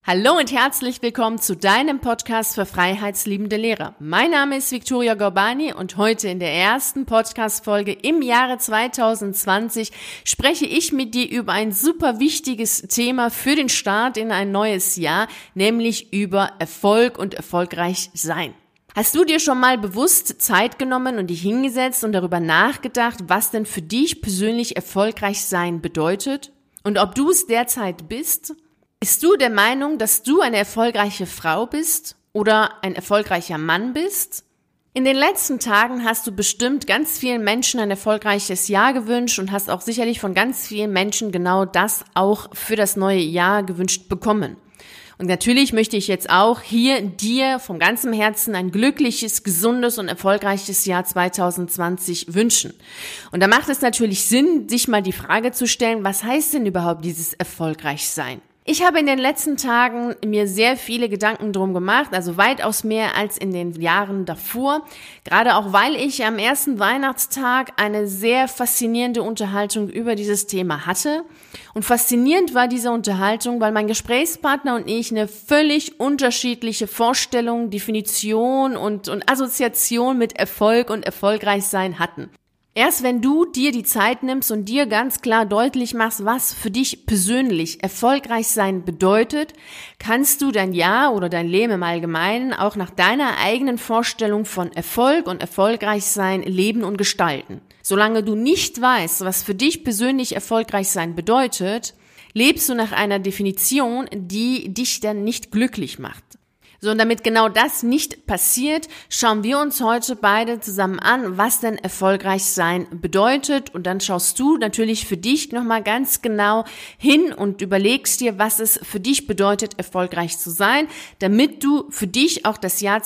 Hallo und herzlich willkommen zu deinem Podcast für freiheitsliebende Lehrer. Mein Name ist Viktoria Gorbani und heute in der ersten Podcast-Folge im Jahre 2020 spreche ich mit dir über ein super wichtiges Thema für den Start in ein neues Jahr, nämlich über Erfolg und erfolgreich sein. Hast du dir schon mal bewusst Zeit genommen und dich hingesetzt und darüber nachgedacht, was denn für dich persönlich erfolgreich sein bedeutet? Und ob du es derzeit bist? Bist du der Meinung, dass du eine erfolgreiche Frau bist oder ein erfolgreicher Mann bist? In den letzten Tagen hast du bestimmt ganz vielen Menschen ein erfolgreiches Jahr gewünscht und hast auch sicherlich von ganz vielen Menschen genau das auch für das neue Jahr gewünscht bekommen. Und natürlich möchte ich jetzt auch hier dir vom ganzen Herzen ein glückliches, gesundes und erfolgreiches Jahr 2020 wünschen. Und da macht es natürlich Sinn, sich mal die Frage zu stellen, was heißt denn überhaupt dieses Erfolgreichsein? Ich habe in den letzten Tagen mir sehr viele Gedanken drum gemacht, also weitaus mehr als in den Jahren davor, gerade auch weil ich am ersten Weihnachtstag eine sehr faszinierende Unterhaltung über dieses Thema hatte. Und faszinierend war diese Unterhaltung, weil mein Gesprächspartner und ich eine völlig unterschiedliche Vorstellung, Definition und Assoziation mit Erfolg und Erfolgreichsein hatten. Erst wenn du dir die Zeit nimmst und dir ganz klar deutlich machst, was für dich persönlich erfolgreich sein bedeutet, kannst du dein Jahr oder dein Leben im Allgemeinen auch nach deiner eigenen Vorstellung von Erfolg und erfolgreich sein leben und gestalten. Solange du nicht weißt, was für dich persönlich erfolgreich sein bedeutet, lebst du nach einer Definition, die dich dann nicht glücklich macht. So, und damit genau das nicht passiert, schauen wir uns heute beide zusammen an, was denn erfolgreich sein bedeutet. Und dann schaust du natürlich für dich nochmal ganz genau hin und überlegst dir, was es für dich bedeutet, erfolgreich zu sein, damit du für dich auch das Jahr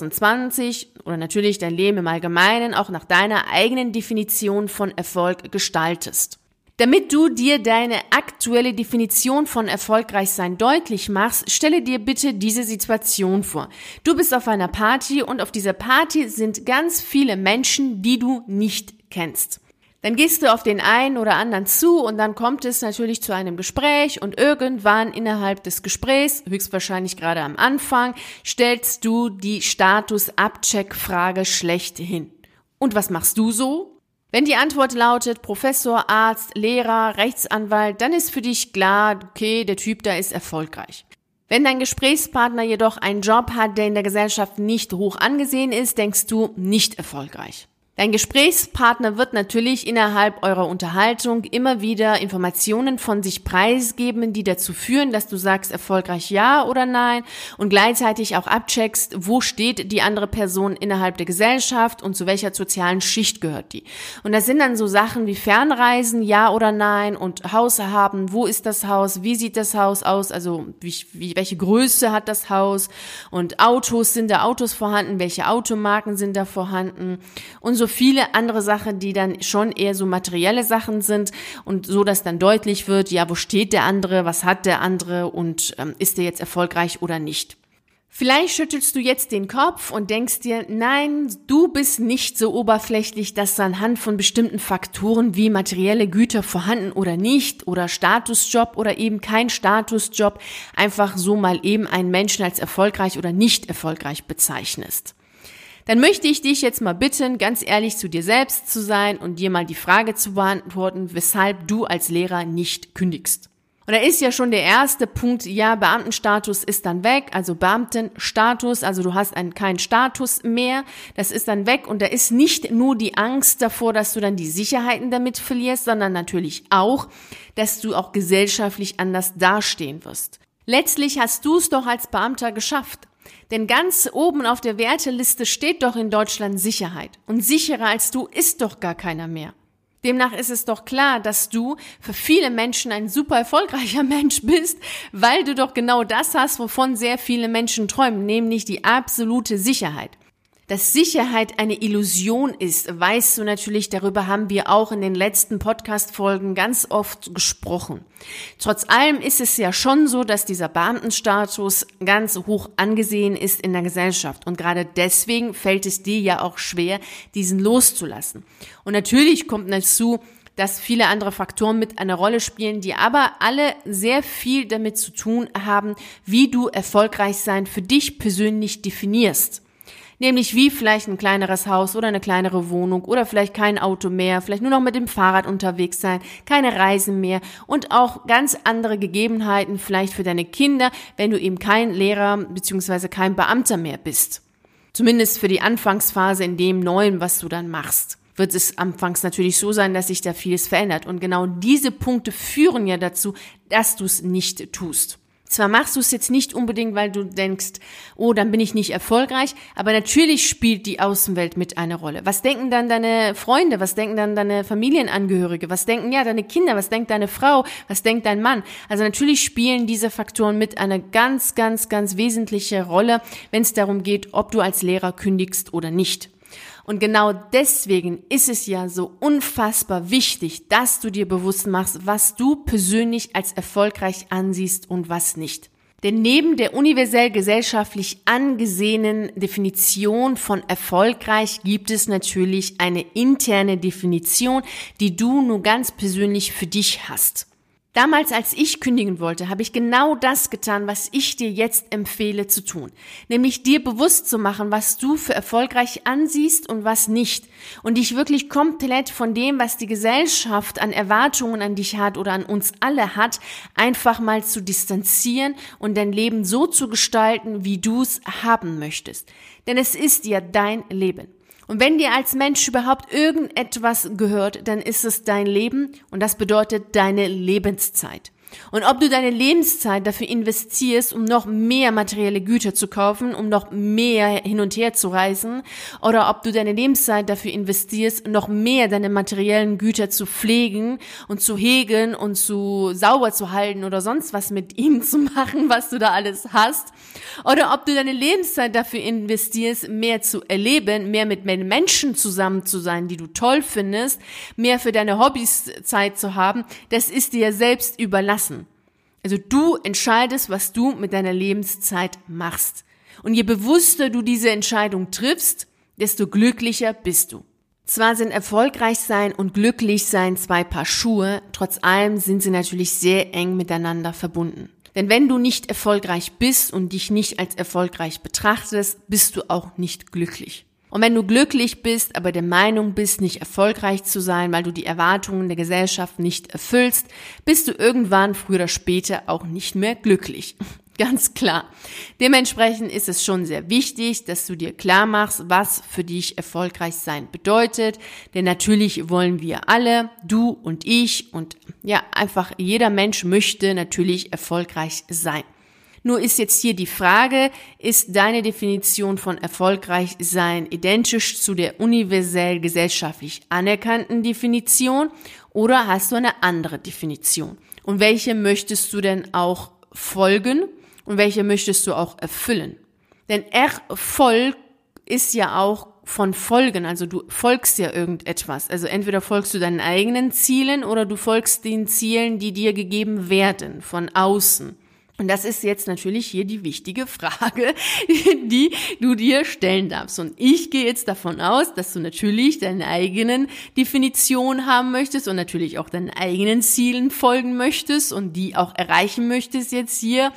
2020 oder natürlich dein Leben im Allgemeinen auch nach deiner eigenen Definition von Erfolg gestaltest. Damit du dir deine aktuelle Definition von erfolgreich sein deutlich machst, stelle dir bitte diese Situation vor. Du bist auf einer Party und auf dieser Party sind ganz viele Menschen, die du nicht kennst. Dann gehst du auf den einen oder anderen zu und dann kommt es natürlich zu einem Gespräch und irgendwann innerhalb des Gesprächs, höchstwahrscheinlich gerade am Anfang, stellst du die Status-Abcheck-Frage schlechthin. Und was machst du so? Wenn die Antwort lautet Professor, Arzt, Lehrer, Rechtsanwalt, dann ist für dich klar, okay, der Typ da ist erfolgreich. Wenn dein Gesprächspartner jedoch einen Job hat, der in der Gesellschaft nicht hoch angesehen ist, denkst du nicht erfolgreich. Dein Gesprächspartner wird natürlich innerhalb eurer Unterhaltung immer wieder Informationen von sich preisgeben, die dazu führen, dass du sagst erfolgreich ja oder nein und gleichzeitig auch abcheckst, wo steht die andere Person innerhalb der Gesellschaft und zu welcher sozialen Schicht gehört die. Und das sind dann so Sachen wie Fernreisen, ja oder nein und Haus haben, wo ist das Haus, wie sieht das Haus aus, also welche Größe hat das Haus und Autos, sind da Autos vorhanden, welche Automarken sind da vorhanden und so viele andere Sachen, die dann schon eher so materielle Sachen sind und so, dass dann deutlich wird, ja, wo steht der andere, was hat der andere und ist der jetzt erfolgreich oder nicht. Vielleicht schüttelst du jetzt den Kopf und denkst dir, nein, du bist nicht so oberflächlich, dass anhand von bestimmten Faktoren wie materielle Güter vorhanden oder nicht oder Statusjob oder eben kein Statusjob einfach so mal eben einen Menschen als erfolgreich oder nicht erfolgreich bezeichnest. Dann möchte ich dich jetzt mal bitten, ganz ehrlich zu dir selbst zu sein und dir mal die Frage zu beantworten, weshalb du als Lehrer nicht kündigst. Und da ist ja schon der erste Punkt, ja, Beamtenstatus ist dann weg, also Beamtenstatus, also du hast keinen Status mehr, das ist dann weg und da ist nicht nur die Angst davor, dass du dann die Sicherheiten damit verlierst, sondern natürlich auch, dass du auch gesellschaftlich anders dastehen wirst. Letztlich hast du es doch als Beamter geschafft. Denn ganz oben auf der Werteliste steht doch in Deutschland Sicherheit. Und sicherer als du ist doch gar keiner mehr. Demnach ist es doch klar, dass du für viele Menschen ein super erfolgreicher Mensch bist, weil du doch genau das hast, wovon sehr viele Menschen träumen, nämlich die absolute Sicherheit. Dass Sicherheit eine Illusion ist, weißt du natürlich, darüber haben wir auch in den letzten Podcast-Folgen ganz oft gesprochen. Trotz allem ist es ja schon so, dass dieser Beamtenstatus ganz hoch angesehen ist in der Gesellschaft. Und gerade deswegen fällt es dir ja auch schwer, diesen loszulassen. Und natürlich kommt dazu, dass viele andere Faktoren mit eine Rolle spielen, die aber alle sehr viel damit zu tun haben, wie du Erfolgreichsein für dich persönlich definierst. Nämlich wie vielleicht ein kleineres Haus oder eine kleinere Wohnung oder vielleicht kein Auto mehr, vielleicht nur noch mit dem Fahrrad unterwegs sein, keine Reisen mehr und auch ganz andere Gegebenheiten vielleicht für deine Kinder, wenn du eben kein Lehrer bzw. kein Beamter mehr bist. Zumindest für die Anfangsphase in dem Neuen, was du dann machst. Wird es anfangs natürlich so sein, dass sich da vieles verändert. Und genau diese Punkte führen ja dazu, dass du es nicht tust. Zwar machst du es jetzt nicht unbedingt, weil du denkst, oh, dann bin ich nicht erfolgreich, aber natürlich spielt die Außenwelt mit eine Rolle. Was denken dann deine Freunde? Was denken dann deine Familienangehörige? Was denken deine Kinder? Was denkt deine Frau? Was denkt dein Mann? Also natürlich spielen diese Faktoren mit eine ganz, ganz, ganz wesentliche Rolle, wenn es darum geht, ob du als Lehrer kündigst oder nicht. Und genau deswegen ist es ja so unfassbar wichtig, dass du dir bewusst machst, was du persönlich als erfolgreich ansiehst und was nicht. Denn neben der universell gesellschaftlich angesehenen Definition von erfolgreich gibt es natürlich eine interne Definition, die du nur ganz persönlich für dich hast. Damals, als ich kündigen wollte, habe ich genau das getan, was ich dir jetzt empfehle zu tun. Nämlich dir bewusst zu machen, was du für erfolgreich ansiehst und was nicht. Und dich wirklich komplett von dem, was die Gesellschaft an Erwartungen an dich hat oder an uns alle hat, einfach mal zu distanzieren und dein Leben so zu gestalten, wie du es haben möchtest. Denn es ist ja dein Leben. Und wenn dir als Mensch überhaupt irgendetwas gehört, dann ist es dein Leben und das bedeutet deine Lebenszeit. Und ob du deine Lebenszeit dafür investierst, um noch mehr materielle Güter zu kaufen, um noch mehr hin und her zu reisen, oder ob du deine Lebenszeit dafür investierst, noch mehr deine materiellen Güter zu pflegen und zu hegen und zu sauber zu halten oder sonst was mit ihnen zu machen, was du da alles hast, oder ob du deine Lebenszeit dafür investierst, mehr zu erleben, mehr mit Menschen zusammen zu sein, die du toll findest, mehr für deine Hobbys Zeit zu haben, das ist dir selbst überlassen. Also du entscheidest, was du mit deiner Lebenszeit machst. Und je bewusster du diese Entscheidung triffst, desto glücklicher bist du. Zwar sind erfolgreich sein und glücklich sein zwei Paar Schuhe, trotz allem sind sie natürlich sehr eng miteinander verbunden. Denn wenn du nicht erfolgreich bist und dich nicht als erfolgreich betrachtest, bist du auch nicht glücklich. Und wenn du glücklich bist, aber der Meinung bist, nicht erfolgreich zu sein, weil du die Erwartungen der Gesellschaft nicht erfüllst, bist du irgendwann früher oder später auch nicht mehr glücklich. Ganz klar. Dementsprechend ist es schon sehr wichtig, dass du dir klar machst, was für dich erfolgreich sein bedeutet. Denn natürlich wollen wir alle, du und ich und ja, einfach jeder Mensch möchte natürlich erfolgreich sein. Nur ist jetzt hier die Frage, ist deine Definition von erfolgreich sein identisch zu der universell gesellschaftlich anerkannten Definition oder hast du eine andere Definition? Und welche möchtest du denn auch folgen und welche möchtest du auch erfüllen? Denn Erfolg ist ja auch von Folgen, also du folgst ja irgendetwas. Also entweder folgst du deinen eigenen Zielen oder du folgst den Zielen, die dir gegeben werden von außen. Und das ist jetzt natürlich hier die wichtige Frage, die du dir stellen darfst. Und ich gehe jetzt davon aus, dass du natürlich deine eigenen Definitionen haben möchtest und natürlich auch deinen eigenen Zielen folgen möchtest und die auch erreichen möchtest jetzt hier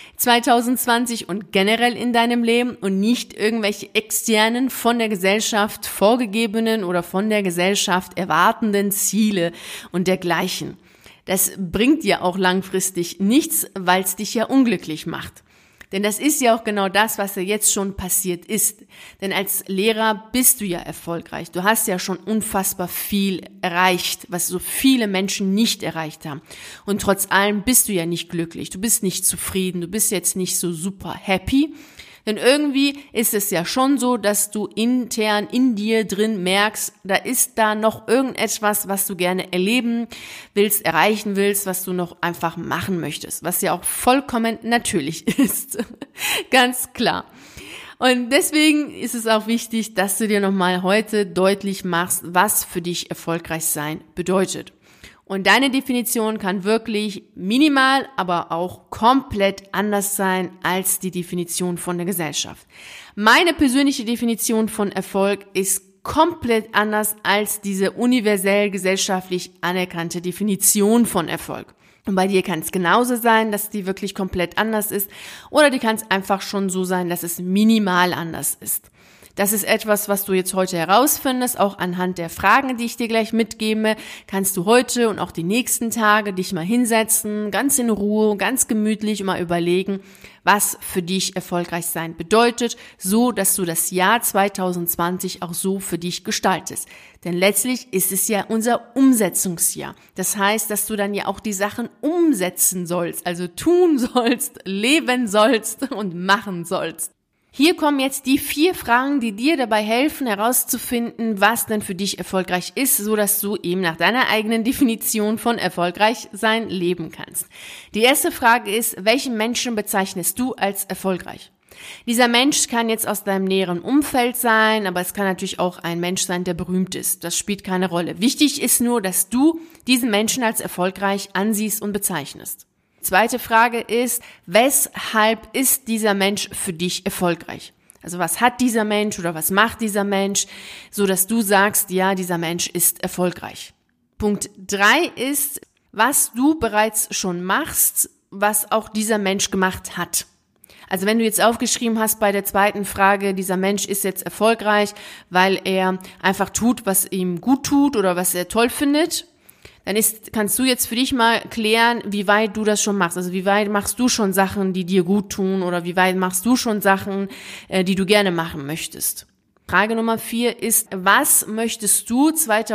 2020 und generell in deinem Leben und nicht irgendwelche externen, von der Gesellschaft vorgegebenen oder von der Gesellschaft erwartenden Ziele und dergleichen. Das bringt dir auch langfristig nichts, weil es dich ja unglücklich macht. Denn das ist ja auch genau das, was ja jetzt schon passiert ist. Denn als Lehrer bist du ja erfolgreich. Du hast ja schon unfassbar viel erreicht, was so viele Menschen nicht erreicht haben. Und trotz allem bist du ja nicht glücklich. Du bist nicht zufrieden. Du bist jetzt nicht so super happy. Denn irgendwie ist es ja schon so, dass du intern in dir drin merkst, da ist da noch irgendetwas, was du gerne erleben willst, erreichen willst, was du noch einfach machen möchtest, was ja auch vollkommen natürlich ist. Ganz klar. Und deswegen ist es auch wichtig, dass du dir nochmal heute deutlich machst, was für dich erfolgreich sein bedeutet. Und deine Definition kann wirklich minimal, aber auch komplett anders sein als die Definition von der Gesellschaft. Meine persönliche Definition von Erfolg ist komplett anders als diese universell gesellschaftlich anerkannte Definition von Erfolg. Und bei dir kann es genauso sein, dass die wirklich komplett anders ist, oder die kann es einfach schon so sein, dass es minimal anders ist. Das ist etwas, was du jetzt heute herausfindest, auch anhand der Fragen, die ich dir gleich mitgebe, kannst du heute und auch die nächsten Tage dich mal hinsetzen, ganz in Ruhe, ganz gemütlich und mal überlegen, was für dich erfolgreich sein bedeutet, so dass du das Jahr 2020 auch so für dich gestaltest. Denn letztlich ist es ja unser Umsetzungsjahr. Das heißt, dass du dann ja auch die Sachen umsetzen sollst, also tun sollst, leben sollst und machen sollst. Hier kommen jetzt die 4 Fragen, die dir dabei helfen, herauszufinden, was denn für dich erfolgreich ist, so dass du eben nach deiner eigenen Definition von erfolgreich sein leben kannst. Die erste Frage ist, welchen Menschen bezeichnest du als erfolgreich? Dieser Mensch kann jetzt aus deinem näheren Umfeld sein, aber es kann natürlich auch ein Mensch sein, der berühmt ist. Das spielt keine Rolle. Wichtig ist nur, dass du diesen Menschen als erfolgreich ansiehst und bezeichnest. Zweite Frage ist, weshalb ist dieser Mensch für dich erfolgreich? Also was hat dieser Mensch oder was macht dieser Mensch, so dass du sagst, ja, dieser Mensch ist erfolgreich. Punkt 3 ist, was du bereits schon machst, was auch dieser Mensch gemacht hat. Also wenn du jetzt aufgeschrieben hast bei der zweiten Frage, dieser Mensch ist jetzt erfolgreich, weil er einfach tut, was ihm gut tut oder was er toll findet, dann kannst du jetzt für dich mal klären, wie weit du das schon machst. Also wie weit machst du schon Sachen, die dir gut tun, oder wie weit machst du schon Sachen, die du gerne machen möchtest. Frage Nummer 4 ist, was möchtest du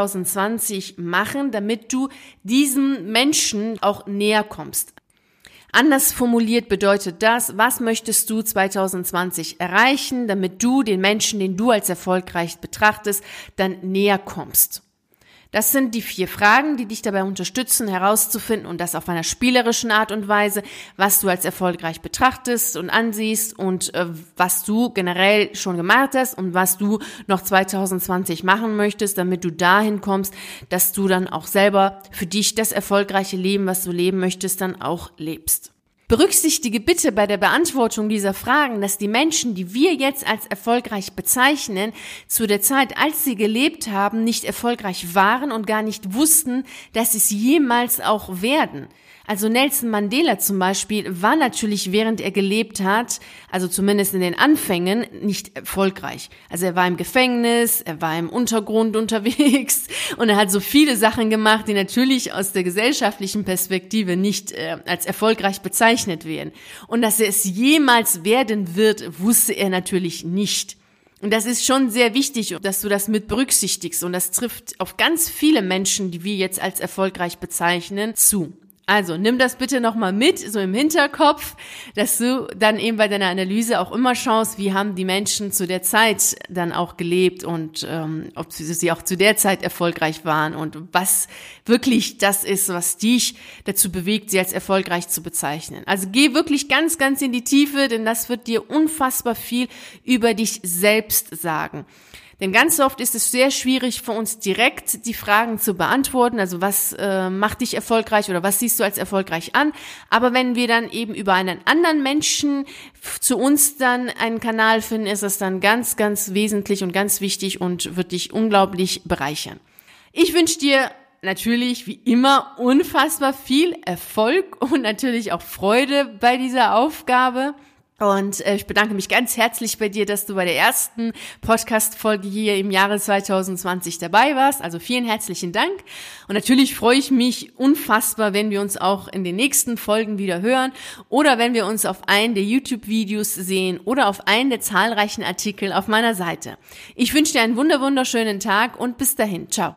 2020 machen, damit du diesem Menschen auch näher kommst? Anders formuliert bedeutet das, was möchtest du 2020 erreichen, damit du den Menschen, den du als erfolgreich betrachtest, dann näher kommst? Das sind die 4 Fragen, die dich dabei unterstützen, herauszufinden, und das auf einer spielerischen Art und Weise, was du als erfolgreich betrachtest und ansiehst und was du generell schon gemacht hast und was du noch 2020 machen möchtest, damit du dahin kommst, dass du dann auch selber für dich das erfolgreiche Leben, was du leben möchtest, dann auch lebst. Berücksichtige bitte bei der Beantwortung dieser Fragen, dass die Menschen, die wir jetzt als erfolgreich bezeichnen, zu der Zeit, als sie gelebt haben, nicht erfolgreich waren und gar nicht wussten, dass sie es jemals auch werden. Also Nelson Mandela zum Beispiel war natürlich, während er gelebt hat, also zumindest in den Anfängen, nicht erfolgreich. Also er war im Gefängnis, er war im Untergrund unterwegs und er hat so viele Sachen gemacht, die natürlich aus der gesellschaftlichen Perspektive nicht als erfolgreich bezeichnet werden. Und dass er es jemals werden wird, wusste er natürlich nicht. Und das ist schon sehr wichtig, dass du das mit berücksichtigst. Und das trifft auf ganz viele Menschen, die wir jetzt als erfolgreich bezeichnen, zu. Also nimm das bitte nochmal mit, so im Hinterkopf, dass du dann eben bei deiner Analyse auch immer schaust, wie haben die Menschen zu der Zeit dann auch gelebt und ob sie auch zu der Zeit erfolgreich waren und was wirklich das ist, was dich dazu bewegt, sie als erfolgreich zu bezeichnen. Also geh wirklich ganz, ganz in die Tiefe, denn das wird dir unfassbar viel über dich selbst sagen. Denn ganz oft ist es sehr schwierig für uns direkt die Fragen zu beantworten, also was macht dich erfolgreich oder was siehst du als erfolgreich an. Aber wenn wir dann eben über einen anderen Menschen zu uns dann einen Kanal finden, ist es dann ganz, ganz wesentlich und ganz wichtig und wird dich unglaublich bereichern. Ich wünsche dir natürlich wie immer unfassbar viel Erfolg und natürlich auch Freude bei dieser Aufgabe. Und ich bedanke mich ganz herzlich bei dir, dass du bei der ersten Podcast-Folge hier im Jahre 2020 dabei warst. Also vielen herzlichen Dank. Und natürlich freue ich mich unfassbar, wenn wir uns auch in den nächsten Folgen wieder hören oder wenn wir uns auf einen der YouTube-Videos sehen oder auf einen der zahlreichen Artikel auf meiner Seite. Ich wünsche dir einen wunderschönen Tag und bis dahin. Ciao.